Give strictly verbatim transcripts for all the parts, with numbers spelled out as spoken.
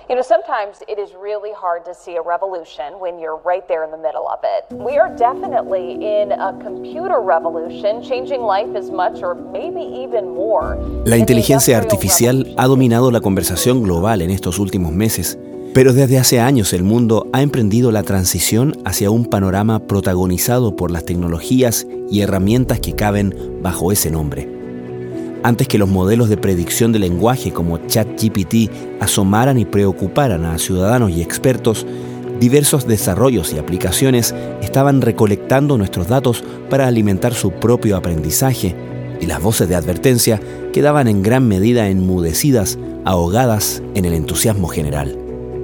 You know, sometimes it is really hard to see a revolution when you're right there in the middle of it. We are definitely in a computer revolution, changing life as much or maybe even more. La inteligencia artificial ha dominado la conversación global en estos últimos meses, pero desde hace años el mundo ha emprendido la transición hacia un panorama protagonizado por las tecnologías y herramientas que caben bajo ese nombre. Antes que los modelos de predicción de lenguaje como ChatGPT asomaran y preocuparan a ciudadanos y expertos, diversos desarrollos y aplicaciones estaban recolectando nuestros datos para alimentar su propio aprendizaje, y las voces de advertencia quedaban en gran medida enmudecidas, ahogadas en el entusiasmo general.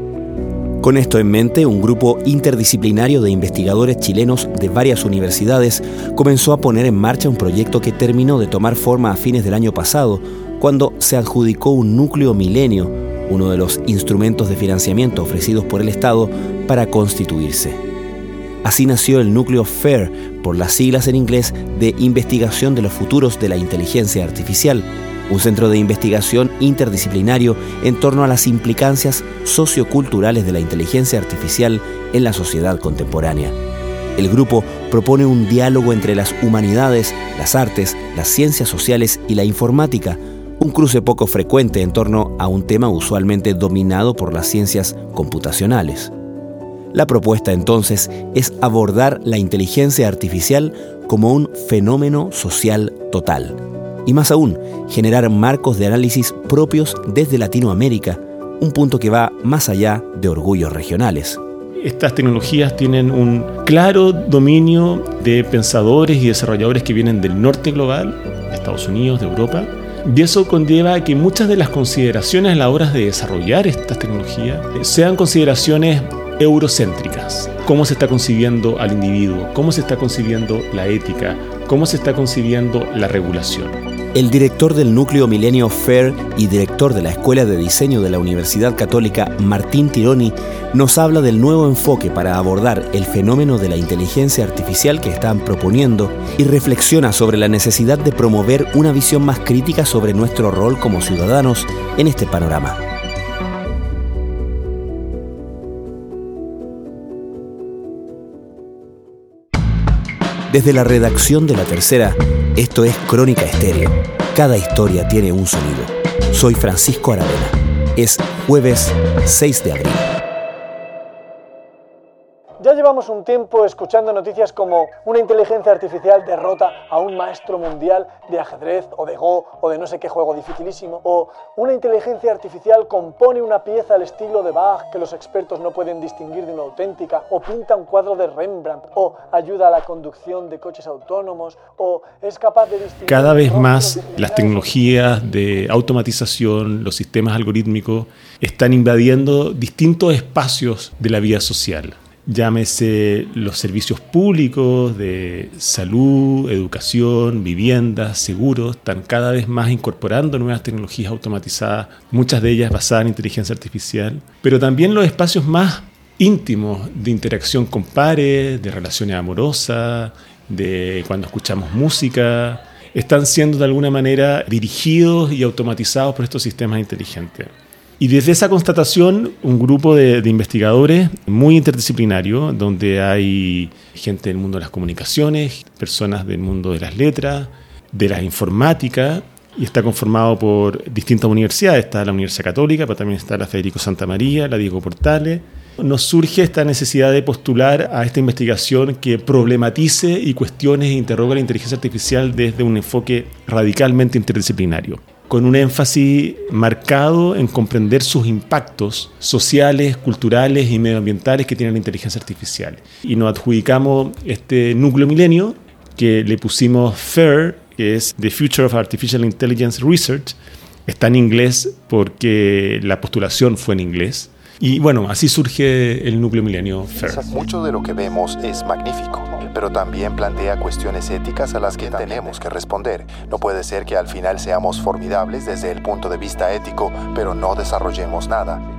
Con esto en mente, un grupo interdisciplinario de investigadores chilenos de varias universidades comenzó a poner en marcha un proyecto que terminó de tomar forma a fines del año pasado, cuando se adjudicó un núcleo milenio, uno de los instrumentos de financiamiento ofrecidos por el Estado para constituirse. Así nació el núcleo FAIR, por las siglas en inglés de Investigación de los Futuros de la Inteligencia Artificial, un centro de investigación interdisciplinario en torno a las implicancias socioculturales de la inteligencia artificial en la sociedad contemporánea. El grupo propone un diálogo entre las humanidades, las artes, las ciencias sociales y la informática, un cruce poco frecuente en torno a un tema usualmente dominado por las ciencias computacionales. La propuesta entonces es abordar la inteligencia artificial como un fenómeno social total. Y más aún, generar marcos de análisis propios desde Latinoamérica, un punto que va más allá de orgullos regionales. Estas tecnologías tienen un claro dominio de pensadores y desarrolladores que vienen del norte global, de Estados Unidos, de Europa, y eso conlleva que muchas de las consideraciones a la hora de desarrollar estas tecnologías sean consideraciones eurocéntricas. Cómo se está concibiendo al individuo, cómo se está concibiendo la ética, cómo se está concibiendo la regulación. El director del núcleo Milenio FAIR y director de la Escuela de Diseño de la Universidad Católica, Martín Tironi, nos habla del nuevo enfoque para abordar el fenómeno de la inteligencia artificial que están proponiendo y reflexiona sobre la necesidad de promover una visión más crítica sobre nuestro rol como ciudadanos en este panorama. Desde la redacción de La Tercera, esto es Crónica Estéreo. Cada historia tiene un sonido. Soy Francisco Aravena. Es jueves seis de abril. Ya llevamos un tiempo escuchando noticias como una inteligencia artificial derrota a un maestro mundial de ajedrez o de Go o de no sé qué juego dificilísimo, o una inteligencia artificial compone una pieza al estilo de Bach que los expertos no pueden distinguir de una auténtica, o pinta un cuadro de Rembrandt, o ayuda a la conducción de coches autónomos, o es capaz de distinguir... Cada vez más las tecnologías de automatización, los sistemas algorítmicos, están invadiendo distintos espacios de la vida social. Llámese los servicios públicos de salud, educación, viviendas, seguros, están cada vez más incorporando nuevas tecnologías automatizadas, muchas de ellas basadas en inteligencia artificial, pero también los espacios más íntimos de interacción con pares, de relaciones amorosas, de cuando escuchamos música, están siendo de alguna manera dirigidos y automatizados por estos sistemas inteligentes. Y desde esa constatación, un grupo de, de investigadores muy interdisciplinario, donde hay gente del mundo de las comunicaciones, personas del mundo de las letras, de la informática, y está conformado por distintas universidades. Está la Universidad Católica, pero también está la Federico Santa María, la Diego Portales. Nos surge esta necesidad de postular a esta investigación que problematice y cuestione e interroga la inteligencia artificial desde un enfoque radicalmente interdisciplinario, con un énfasis marcado en comprender sus impactos sociales, culturales y medioambientales que tiene la inteligencia artificial. Y nos adjudicamos este núcleo milenio, que le pusimos FAIR, que es The Future of Artificial Intelligence Research. Está en inglés porque la postulación fue en inglés. Y bueno, así surge el núcleo milenio FAIR. Mucho de lo que vemos es magnífico, pero también plantea cuestiones éticas a las que tenemos que responder. No puede ser que al final seamos formidables desde el punto de vista ético, pero no desarrollemos nada.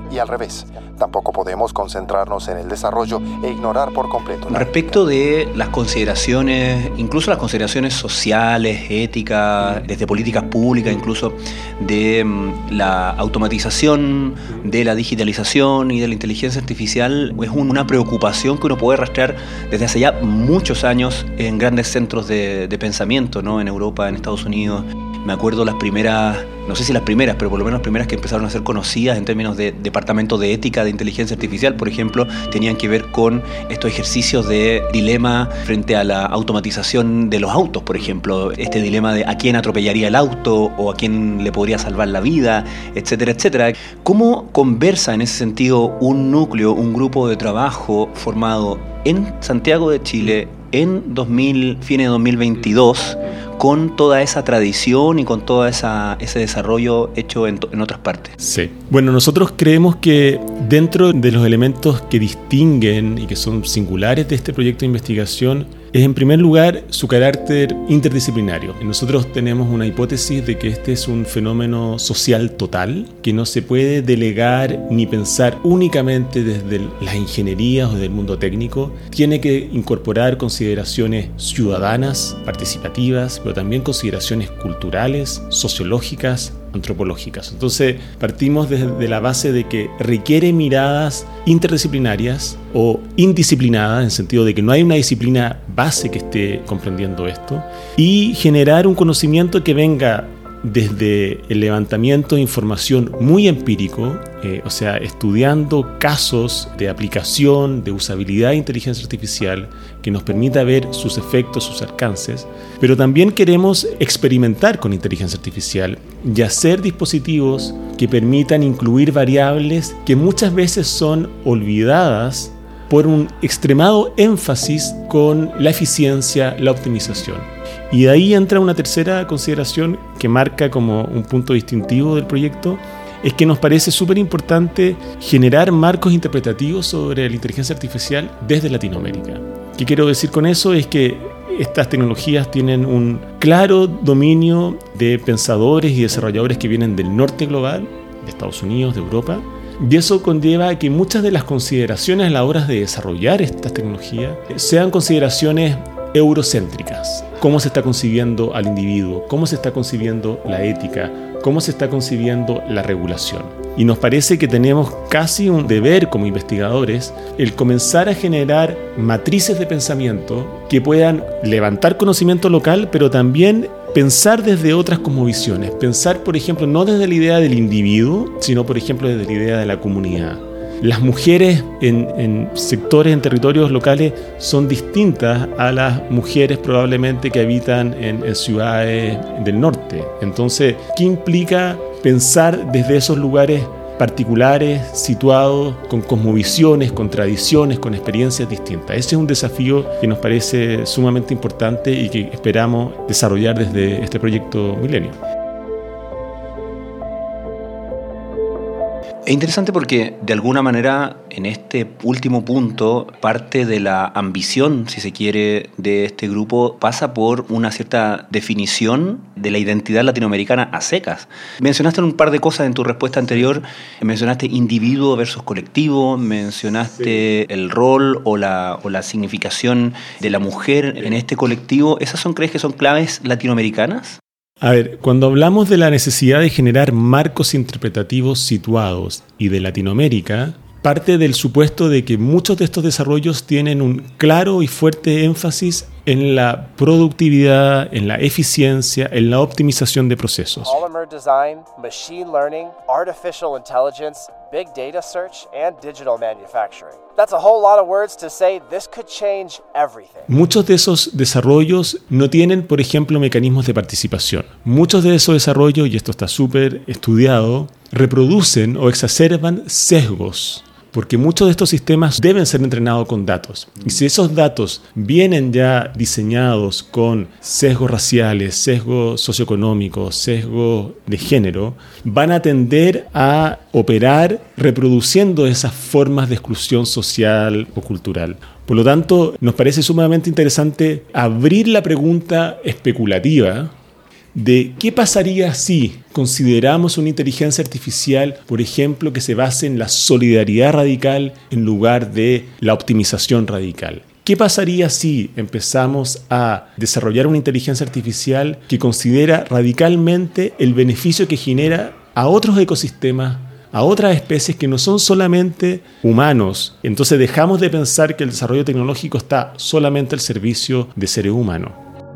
y al revés. Tampoco podemos concentrarnos en el desarrollo e ignorar por completo la Respecto de las consideraciones, incluso las consideraciones sociales, éticas, desde políticas públicas, incluso de la automatización, de la digitalización y de la inteligencia artificial, es una preocupación que uno puede rastrear desde hace ya muchos años en grandes centros de, de pensamiento, ¿no? En Europa, en Estados Unidos. Me acuerdo las primeras, no sé si las primeras, pero por lo menos las primeras que empezaron a ser conocidas en términos de departamento de ética de inteligencia artificial, por ejemplo, tenían que ver con estos ejercicios de dilema frente a la automatización de los autos, por ejemplo, este dilema de a quién atropellaría el auto o a quién le podría salvar la vida, etcétera, etcétera. ¿Cómo conversa en ese sentido un núcleo, un grupo de trabajo formado en Santiago de Chile en dos mil, fines de dos mil veintidós, con toda esa tradición y con todo esa, ese desarrollo hecho en, en otras partes? Sí. Bueno, nosotros creemos que dentro de los elementos que distinguen y que son singulares de este proyecto de investigación es, en primer lugar, su carácter interdisciplinario. Nosotros tenemos una hipótesis de que este es un fenómeno social total, que no se puede delegar ni pensar únicamente desde las ingenierías o desde el mundo técnico. Tiene que incorporar consideraciones ciudadanas, participativas, pero también consideraciones culturales, sociológicas, antropológicas. Entonces, partimos desde la base de que requiere miradas interdisciplinarias o indisciplinadas, en el sentido de que no hay una disciplina base que esté comprendiendo esto, y generar un conocimiento que venga desde el levantamiento de información muy empírico, eh, o sea, estudiando casos de aplicación, de usabilidad de inteligencia artificial, que nos permita ver sus efectos, sus alcances, pero también queremos experimentar con inteligencia artificial y hacer dispositivos que permitan incluir variables que muchas veces son olvidadas por un extremado énfasis con la eficiencia, la optimización. Y de ahí entra una tercera consideración que marca como un punto distintivo del proyecto, es que nos parece súper importante generar marcos interpretativos sobre la inteligencia artificial desde Latinoamérica. ¿Qué quiero decir con eso? Es que estas tecnologías tienen un claro dominio de pensadores y desarrolladores que vienen del norte global, de Estados Unidos, de Europa, y eso conlleva a que muchas de las consideraciones a la hora de desarrollar estas tecnologías sean consideraciones eurocéntricas. Cómo se está concibiendo al individuo, cómo se está concibiendo la ética, cómo se está concibiendo la regulación. Y nos parece que tenemos casi un deber como investigadores el comenzar a generar matrices de pensamiento que puedan levantar conocimiento local, pero también pensar desde otras cosmovisiones. Pensar, por ejemplo, no desde la idea del individuo, sino, por ejemplo, desde la idea de la comunidad. Las mujeres en, en sectores, en territorios locales, son distintas a las mujeres probablemente que habitan en, en ciudades del norte. Entonces, ¿qué implica pensar desde esos lugares particulares, situados, con cosmovisiones, con tradiciones, con experiencias distintas? Ese es un desafío que nos parece sumamente importante y que esperamos desarrollar desde este proyecto Milenio. Es interesante porque, de alguna manera, en este último punto, parte de la ambición, si se quiere, de este grupo pasa por una cierta definición de la identidad latinoamericana a secas. Mencionaste un par de cosas en tu respuesta anterior. Mencionaste individuo versus colectivo, mencionaste sí. el rol o la, o la significación de la mujer en este colectivo. ¿Esas son, crees que son claves latinoamericanas? A ver, cuando hablamos de la necesidad de generar marcos interpretativos situados y de Latinoamérica, parte del supuesto de que muchos de estos desarrollos tienen un claro y fuerte énfasis en la productividad, en la eficiencia, en la optimización de procesos. Polymer design, machine learning, artificial intelligence, big data search, and digital manufacturing. That's a whole lot of words to say this could change everything. Muchos de esos desarrollos no tienen, por ejemplo, mecanismos de participación. Muchos de esos desarrollos, y esto está súper estudiado, reproducen o exacerban sesgos, porque muchos de estos sistemas deben ser entrenados con datos. Y si esos datos vienen ya diseñados con sesgos raciales, sesgos socioeconómicos, sesgos de género, van a tender a operar reproduciendo esas formas de exclusión social o cultural. Por lo tanto, nos parece sumamente interesante abrir la pregunta especulativa de qué pasaría si consideramos una inteligencia artificial, por ejemplo, que se base en la solidaridad radical en lugar de la optimización radical. ¿Qué pasaría si empezamos a desarrollar una inteligencia artificial que considera radicalmente el beneficio que genera a otros ecosistemas, a otras especies que no son solamente humanos? Entonces dejamos de pensar que el desarrollo tecnológico está solamente al servicio de seres humanos.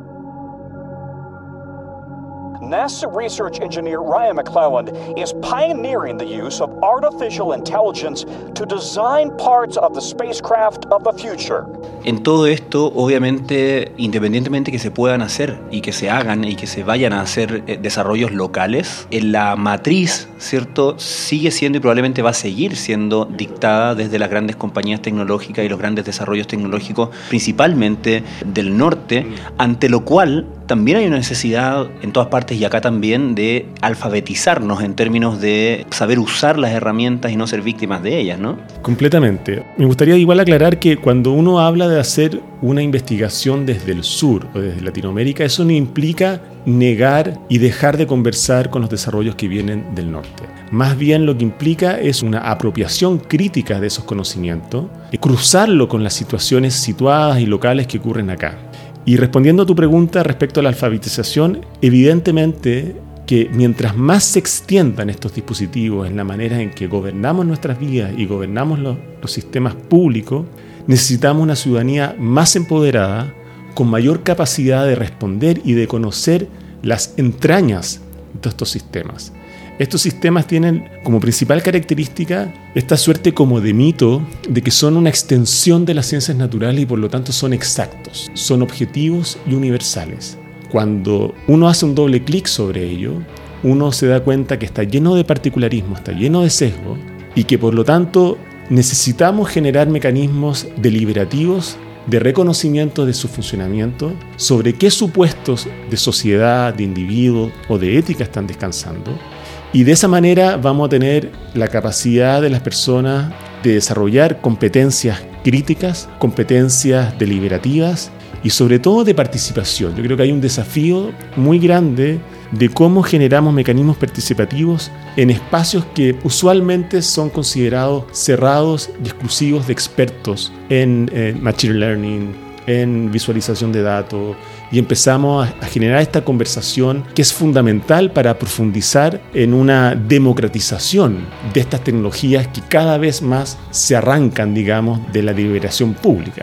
NASA research engineer Ryan McClelland is pioneering the use of artificial intelligence to design parts of the spacecraft of the future. En todo esto, obviamente, independientemente que se puedan hacer y que se hagan y que se vayan a hacer eh, desarrollos locales, en la matriz, ¿cierto?, sigue siendo y probablemente va a seguir siendo dictada desde las grandes compañías tecnológicas y los grandes desarrollos tecnológicos, principalmente del norte, ante lo cual también hay una necesidad en todas partes y acá también de alfabetizarnos en términos de saber usar las herramientas y no ser víctimas de ellas, ¿no? Completamente. Me gustaría igual aclarar que cuando uno habla de hacer una investigación desde el sur o desde Latinoamérica, eso no implica negar y dejar de conversar con los desarrollos que vienen del norte. Más bien lo que implica es una apropiación crítica de esos conocimientos y cruzarlo con las situaciones situadas y locales que ocurren acá. Y respondiendo a tu pregunta respecto a la alfabetización, evidentemente que mientras más se extiendan estos dispositivos en la manera en que gobernamos nuestras vidas y gobernamos los, los sistemas públicos, necesitamos una ciudadanía más empoderada, con mayor capacidad de responder y de conocer las entrañas de estos sistemas. Estos sistemas tienen como principal característica esta suerte como de mito de que son una extensión de las ciencias naturales y por lo tanto son exactos, son objetivos y universales. Cuando uno hace un doble clic sobre ello, uno se da cuenta que está lleno de particularismo, está lleno de sesgo y que por lo tanto necesitamos generar mecanismos deliberativos de reconocimiento de su funcionamiento, sobre qué supuestos de sociedad, de individuo o de ética están descansando. Y de esa manera vamos a tener la capacidad de las personas de desarrollar competencias críticas, competencias deliberativas y sobre todo de participación. Yo creo que hay un desafío muy grande de cómo generamos mecanismos participativos en espacios que usualmente son considerados cerrados y exclusivos de expertos en eh, machine learning, en visualización de datos, y empezamos a, a generar esta conversación que es fundamental para profundizar en una democratización de estas tecnologías que cada vez más se arrancan, digamos, de la deliberación pública.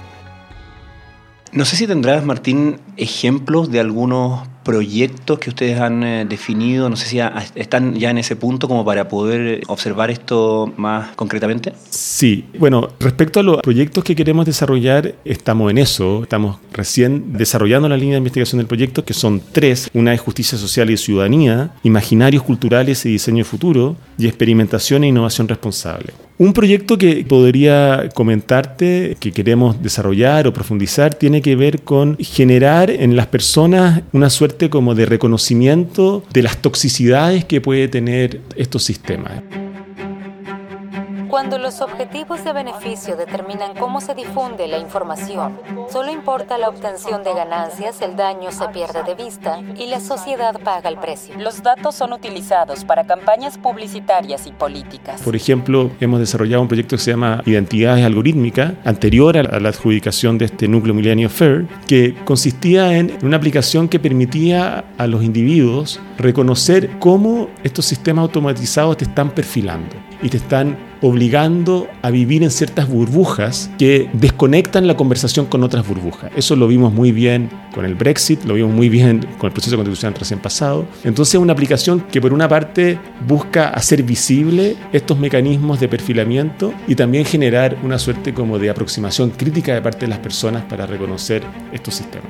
No sé si tendrás, Martín, ejemplos de algunos proyectos que ustedes han eh, definido, no sé si a, están ya en ese punto como para poder observar esto más concretamente. Sí, bueno, respecto a los proyectos que queremos desarrollar, estamos en eso, estamos recién desarrollando la línea de investigación del proyecto, que son tres: una es justicia social y ciudadanía, imaginarios culturales y diseño de futuro, y experimentación e innovación responsable. Un proyecto que podría comentarte que queremos desarrollar o profundizar tiene que ver con generar en las personas una suerte como de reconocimiento de las toxicidades que puede tener estos sistemas. Cuando los objetivos de beneficio determinan cómo se difunde la información, solo importa la obtención de ganancias, el daño se pierde de vista y la sociedad paga el precio. Los datos son utilizados para campañas publicitarias y políticas. Por ejemplo, hemos desarrollado un proyecto que se llama Identidades Algorítmicas, anterior a la adjudicación de este núcleo Millennium Fair, que consistía en una aplicación que permitía a los individuos reconocer cómo estos sistemas automatizados te están perfilando y te están obligando a vivir en ciertas burbujas que desconectan la conversación con otras burbujas. Eso lo vimos muy bien con el Brexit, lo vimos muy bien con el proceso constitucional recién pasado. Entonces es una aplicación que por una parte busca hacer visible estos mecanismos de perfilamiento y también generar una suerte como de aproximación crítica de parte de las personas para reconocer estos sistemas.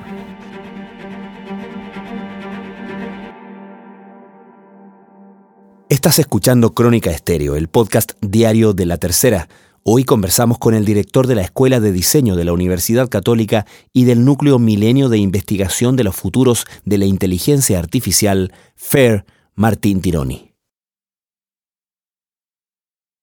Estás escuchando Crónica Estéreo, el podcast diario de La Tercera. Hoy conversamos con el director de la Escuela de Diseño de la Universidad Católica y del Núcleo Milenio de Investigación de los Futuros de la Inteligencia Artificial, FAIR, Martín Tironi.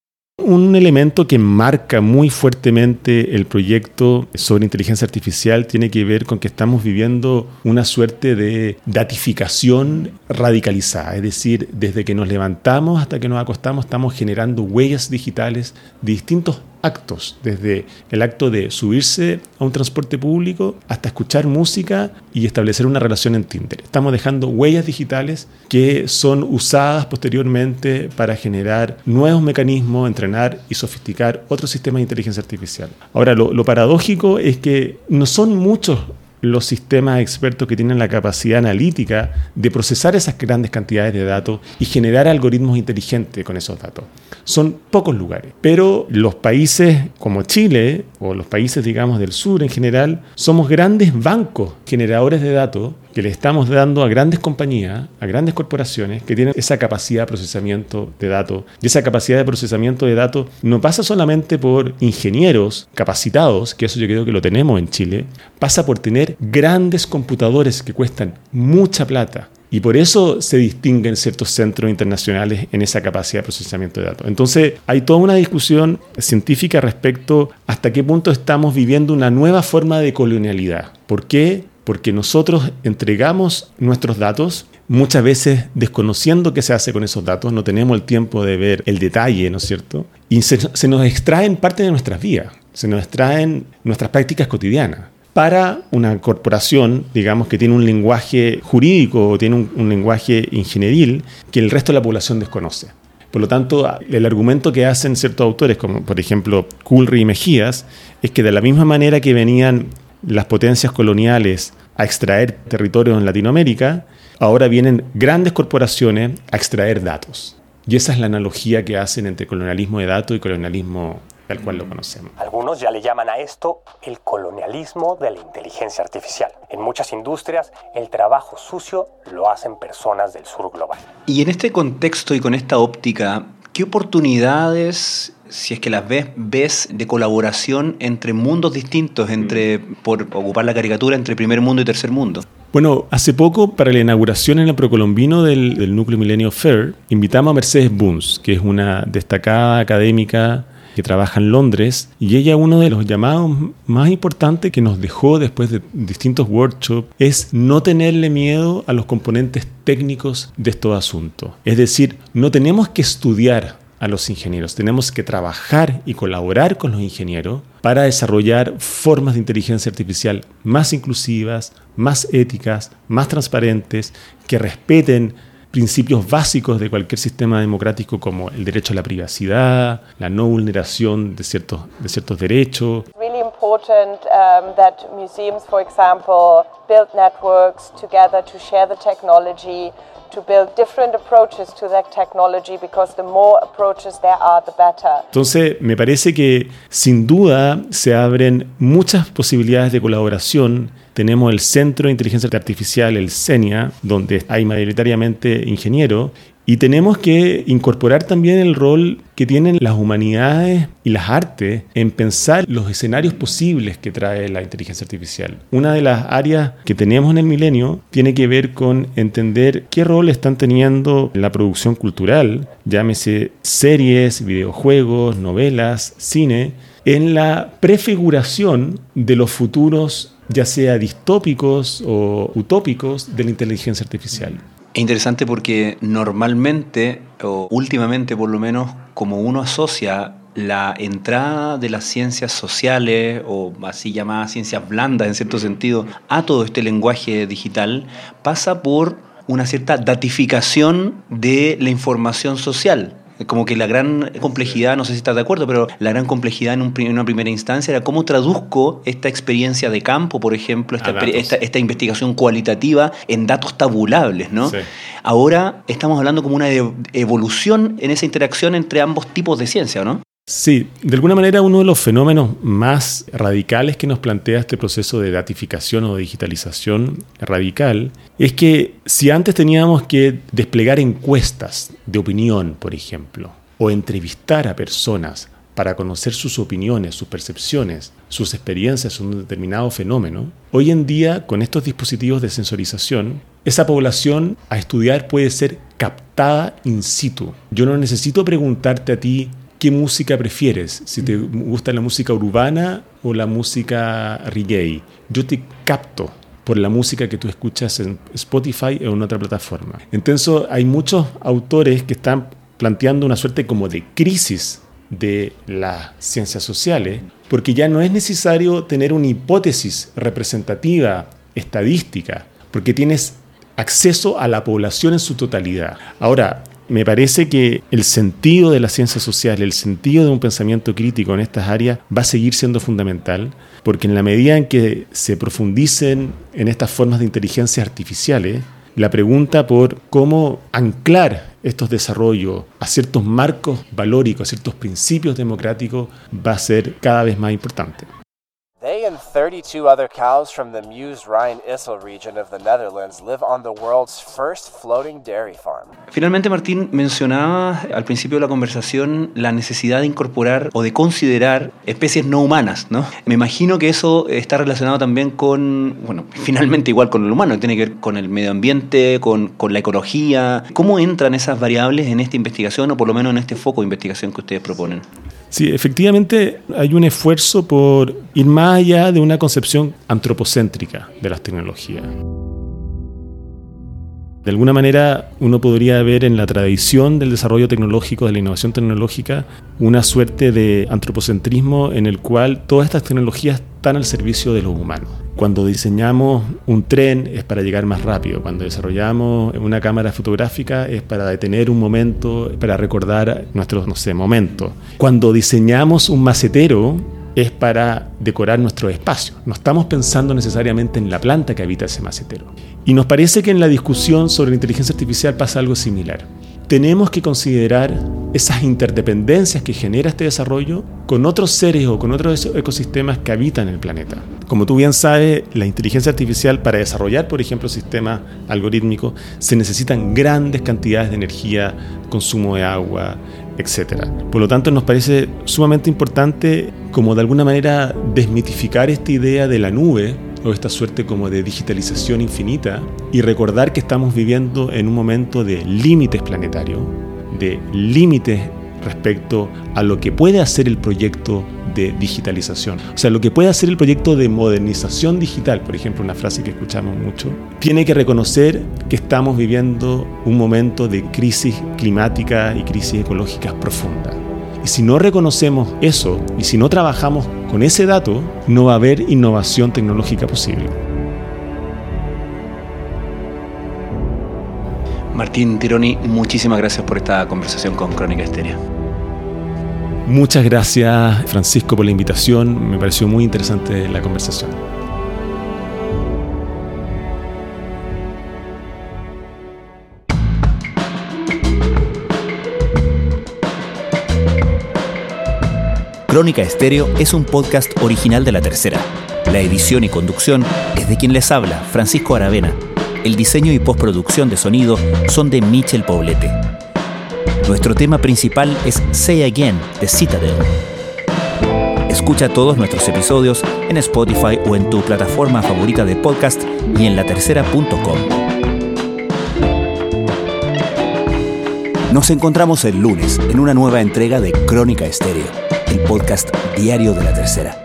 Un elemento que marca muy fuertemente el proyecto sobre inteligencia artificial tiene que ver con que estamos viviendo una suerte de datificación radicalizada. Es decir, desde que nos levantamos hasta que nos acostamos estamos generando huellas digitales de distintos actos, desde el acto de subirse a un transporte público hasta escuchar música y establecer una relación en Tinder. Estamos dejando huellas digitales que son usadas posteriormente para generar nuevos mecanismos, entrenar y sofisticar otros sistemas de inteligencia artificial. Ahora, lo, lo paradójico es que no son muchos los sistemas expertos que tienen la capacidad analítica de procesar esas grandes cantidades de datos y generar algoritmos inteligentes con esos datos. Son pocos lugares, pero los países como Chile o los países, digamos, del sur en general, somos grandes bancos generadores de datos que le estamos dando a grandes compañías, a grandes corporaciones que tienen esa capacidad de procesamiento de datos. Y esa capacidad de procesamiento de datos no pasa solamente por ingenieros capacitados, que eso yo creo que lo tenemos en Chile, pasa por tener grandes computadores que cuestan mucha plata. Y por eso se distinguen ciertos centros internacionales en esa capacidad de procesamiento de datos. Entonces, hay toda una discusión científica respecto a hasta qué punto estamos viviendo una nueva forma de colonialidad. ¿Por qué? Porque nosotros entregamos nuestros datos, muchas veces desconociendo qué se hace con esos datos, no tenemos el tiempo de ver el detalle, ¿no es cierto? Y se, se nos extraen parte de nuestras vidas, se nos extraen nuestras prácticas cotidianas. Para una corporación, digamos, que tiene un lenguaje jurídico o tiene un, un lenguaje ingenieril que el resto de la población desconoce. Por lo tanto, el argumento que hacen ciertos autores, como por ejemplo Coolry y Mejías, es que de la misma manera que venían las potencias coloniales a extraer territorios en Latinoamérica, ahora vienen grandes corporaciones a extraer datos. Y esa es la analogía que hacen entre colonialismo de datos y colonialismo tal cual lo conocemos. Algunos ya le llaman a esto el colonialismo de la inteligencia artificial. En muchas industrias, el trabajo sucio lo hacen personas del sur global. Y en este contexto y con esta óptica, ¿qué oportunidades, si es que las ves, ves de colaboración entre mundos distintos, entre, por ocupar la caricatura, entre primer mundo y tercer mundo? Bueno, hace poco, para la inauguración en el Precolombino del, del Núcleo Milenio Fair, invitamos a Mercedes Bunz, que es una destacada académica que trabaja en Londres, y ella, uno de los llamados más importantes que nos dejó después de distintos workshops, es no tenerle miedo a los componentes técnicos de estos asuntos. Es decir, no tenemos que estudiar a los ingenieros, tenemos que trabajar y colaborar con los ingenieros para desarrollar formas de inteligencia artificial más inclusivas, más éticas, más transparentes, que respeten principios básicos de cualquier sistema democrático como el derecho a la privacidad, la no vulneración de ciertos, de ciertos derechos. Really important um, that museums, for example, build networks together to share the technology, to build different approaches to that technology, because the more approaches there are, the better. Entonces, me parece que sin duda se abren muchas posibilidades de colaboración. Tenemos el Centro de Inteligencia Artificial, el CENIA, donde hay mayoritariamente ingenieros, y tenemos que incorporar también el rol que tienen las humanidades y las artes en pensar los escenarios posibles que trae la inteligencia artificial. Una de las áreas que tenemos en el milenio tiene que ver con entender qué rol están teniendo en la producción cultural, llámese series, videojuegos, novelas, cine, en la prefiguración de los futuros, ya sea distópicos o utópicos, de la inteligencia artificial. Es interesante porque normalmente, o últimamente por lo menos, como uno asocia la entrada de las ciencias sociales, o así llamadas ciencias blandas en cierto sentido, a todo este lenguaje digital, pasa por una cierta datificación de la información social. Como que la gran complejidad, no sé si estás de acuerdo, pero la gran complejidad en, un, en una primera instancia era cómo traduzco esta experiencia de campo, por ejemplo, esta, esta, esta investigación cualitativa en datos tabulables, ¿no? Sí. Ahora estamos hablando como una evolución en esa interacción entre ambos tipos de ciencia, ¿no? Sí, de alguna manera uno de los fenómenos más radicales que nos plantea este proceso de datificación o de digitalización radical es que si antes teníamos que desplegar encuestas de opinión, por ejemplo, o entrevistar a personas para conocer sus opiniones, sus percepciones, sus experiencias sobre un determinado fenómeno, hoy en día, con estos dispositivos de sensorización, esa población a estudiar puede ser captada in situ. Yo no necesito preguntarte a ti qué música prefieres, si te gusta la música urbana o la música reggae. Yo te capto por la música que tú escuchas en Spotify o en otra plataforma. Entonces hay muchos autores que están planteando una suerte como de crisis de las ciencias sociales, porque ya no es necesario tener una hipótesis representativa, estadística, porque tienes acceso a la población en su totalidad. Ahora, me parece que el sentido de las ciencias sociales, el sentido de un pensamiento crítico en estas áreas va a seguir siendo fundamental, porque en la medida en que se profundicen en estas formas de inteligencia artificiales, la pregunta por cómo anclar estos desarrollos a ciertos marcos valóricos, a ciertos principios democráticos, va a ser cada vez más importante. They and thirty-two other cows from the Meuse-Rhine-Issel region of the Netherlands live on the world's first floating dairy farm. Finalmente, Martín, mencionaba al principio de la conversación la necesidad de incorporar o de considerar especies no humanas, ¿no? Me imagino que eso está relacionado también con, bueno, finalmente igual con el humano, tiene que ver con el medio ambiente, con, con la ecología. ¿Cómo entran esas variables en esta investigación o por lo menos en este foco de investigación que ustedes proponen? Sí, efectivamente hay un esfuerzo por ir más allá de una concepción antropocéntrica de las tecnologías. De alguna manera uno podría ver en la tradición del desarrollo tecnológico, de la innovación tecnológica, una suerte de antropocentrismo en el cual todas estas tecnologías están al servicio de los humanos. Cuando diseñamos un tren es para llegar más rápido, cuando desarrollamos una cámara fotográfica es para detener un momento, para recordar nuestros, no sé, momentos. Cuando diseñamos un macetero es para decorar nuestro espacio. No estamos pensando necesariamente en la planta que habita ese macetero. Y nos parece que en la discusión sobre la inteligencia artificial pasa algo similar. Tenemos que considerar esas interdependencias que genera este desarrollo con otros seres o con otros ecosistemas que habitan el planeta. Como tú bien sabes, la inteligencia artificial para desarrollar, por ejemplo, sistemas algorítmicos, se necesitan grandes cantidades de energía, consumo de agua, etcétera. Por lo tanto, nos parece sumamente importante como de alguna manera desmitificar esta idea de la nube o esta suerte como de digitalización infinita y recordar que estamos viviendo en un momento de límites planetarios, de límites respecto a lo que puede hacer el proyecto de digitalización. O sea, lo que puede hacer el proyecto de modernización digital, por ejemplo, una frase que escuchamos mucho, tiene que reconocer que estamos viviendo un momento de crisis climática y crisis ecológicas profundas. Y si no reconocemos eso, y si no trabajamos con ese dato, no va a haber innovación tecnológica posible. Martín Tironi, muchísimas gracias por esta conversación con Crónica Estéreo. Muchas gracias, Francisco, por la invitación. Me pareció muy interesante la conversación. Crónica Estéreo es un podcast original de La Tercera. La edición y conducción es de quien les habla, Francisco Aravena. El diseño y postproducción de sonido son de Michel Poblete. Nuestro tema principal es Say Again, de Citadel. Escucha todos nuestros episodios en Spotify o en tu plataforma favorita de podcast y en la tercera punto com. Nos encontramos el lunes en una nueva entrega de Crónica Estéreo, el podcast diario de La Tercera.